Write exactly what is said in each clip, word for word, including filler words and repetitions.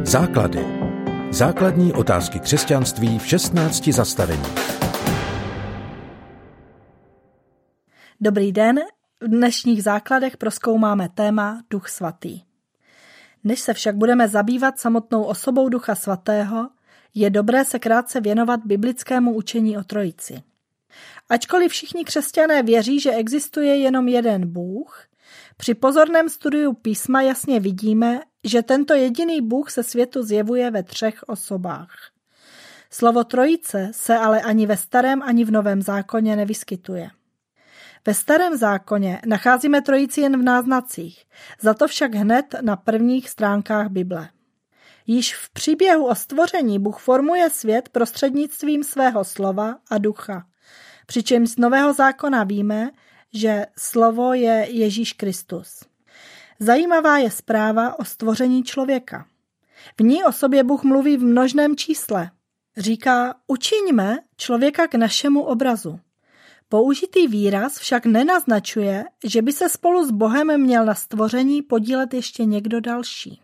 Základy. Základní otázky křesťanství v šestnácti zastaveních. Dobrý den, v dnešních základech prozkoumáme téma Duch svatý. Než se však budeme zabývat samotnou osobou Ducha svatého, je dobré se krátce věnovat biblickému učení o Trojici. Ačkoliv všichni křesťané věří, že existuje jenom jeden Bůh, při pozorném studiu písma jasně vidíme, že tento jediný Bůh se světu zjevuje ve třech osobách. Slovo Trojice se ale ani ve Starém, ani v Novém zákoně nevyskytuje. Ve Starém zákoně nacházíme Trojici jen v náznacích, za to však hned na prvních stránkách Bible. Již v příběhu o stvoření Bůh formuje svět prostřednictvím svého slova a ducha. Přičemž z Nového zákona víme, že slovo je Ježíš Kristus. Zajímavá je zpráva o stvoření člověka. V ní o sobě Bůh mluví v množném čísle. Říká, učiňme člověka k našemu obrazu. Použitý výraz však nenaznačuje, že by se spolu s Bohem měl na stvoření podílet ještě někdo další.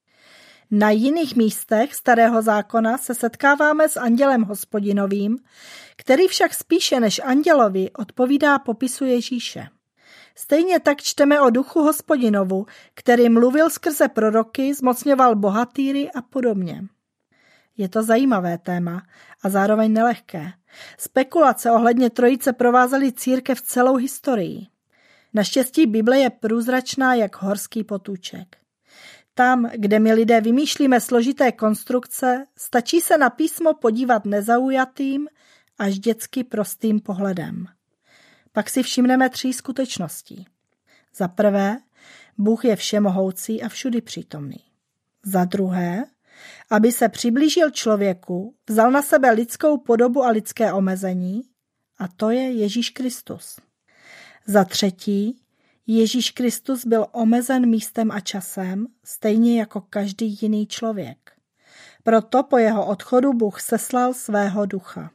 Na jiných místech Starého zákona se setkáváme s andělem Hospodinovým, který však spíše než andělovi odpovídá popisu Ježíše. Stejně tak čteme o duchu Hospodinovu, který mluvil skrze proroky, zmocňoval bohatýry a podobně. Je to zajímavé téma a zároveň nelehké. Spekulace ohledně Trojice provázely církev celou historii. Naštěstí Bible je průzračná jak horský potůček. Tam, kde my lidé vymýšlíme složité konstrukce, stačí se na písmo podívat nezaujatým až dětsky prostým pohledem. Pak si všimneme tří skutečností. Za prvé, Bůh je všemohoucí a všudy přítomný. Za druhé, aby se přiblížil člověku, vzal na sebe lidskou podobu a lidské omezení, a to je Ježíš Kristus. Za třetí, Ježíš Kristus byl omezen místem a časem, stejně jako každý jiný člověk. Proto po jeho odchodu Bůh seslal svého ducha.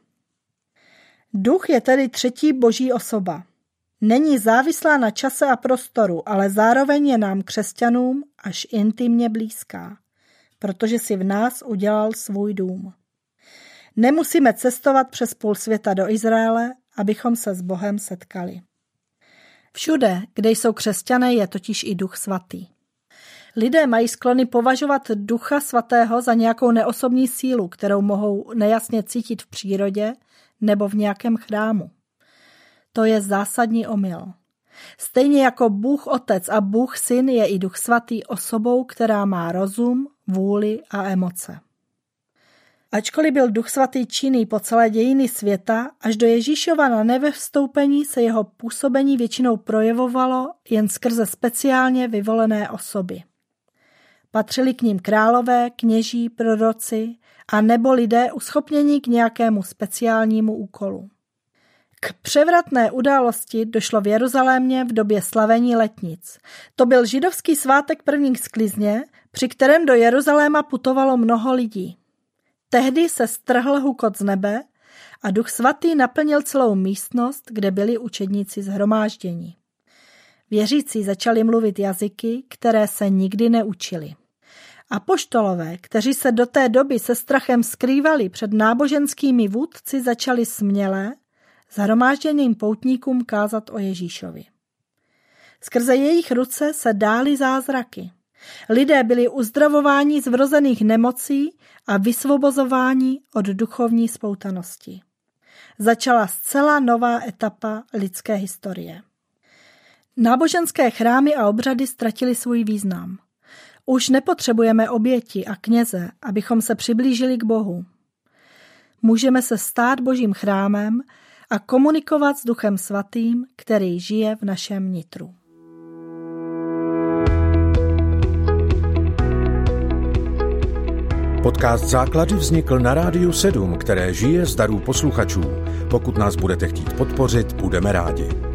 Duch je tedy třetí boží osoba. Není závislá na čase a prostoru, ale zároveň je nám křesťanům až intimně blízká, protože si v nás udělal svůj dům. Nemusíme cestovat přes půl světa do Izraele, abychom se s Bohem setkali. Všude, kde jsou křesťané, je totiž i Duch svatý. Lidé mají sklony považovat Ducha svatého za nějakou neosobní sílu, kterou mohou nejasně cítit v přírodě nebo v nějakém chrámu. To je zásadní omyl. Stejně jako Bůh Otec a Bůh Syn je i Duch svatý osobou, která má rozum, vůli a emoce. Ačkoliv byl Duch svatý činný po celé dějiny světa, až do Ježíšova na nebe vstoupení se jeho působení většinou projevovalo jen skrze speciálně vyvolené osoby. Patřili k ním králové, kněží, proroci a nebo lidé uschopnění k nějakému speciálnímu úkolu. K převratné události došlo v Jeruzalémě v době slavení letnic. To byl židovský svátek prvních sklizně, při kterém do Jeruzaléma putovalo mnoho lidí. Tehdy se strhl hukot z nebe a Duch svatý naplnil celou místnost, kde byli učedníci shromážděni. Věřící začali mluvit jazyky, které se nikdy neučili. Apoštolové, kteří se do té doby se strachem skrývali před náboženskými vůdci, začali směle shromážděným poutníkům kázat o Ježíšovi. Skrze jejich ruce se dály zázraky. Lidé byli uzdravováni z vrozených nemocí a vysvobozováni od duchovní spoutanosti. Začala zcela nová etapa lidské historie. Náboženské chrámy a obřady ztratily svůj význam. Už nepotřebujeme oběti a kněze, abychom se přiblížili k Bohu. Můžeme se stát Božím chrámem a komunikovat s Duchem svatým, který žije v našem nitru. Podcast Základy vznikl na Rádiu sedm, které žije z darů posluchačů. Pokud nás budete chtít podpořit, budeme rádi.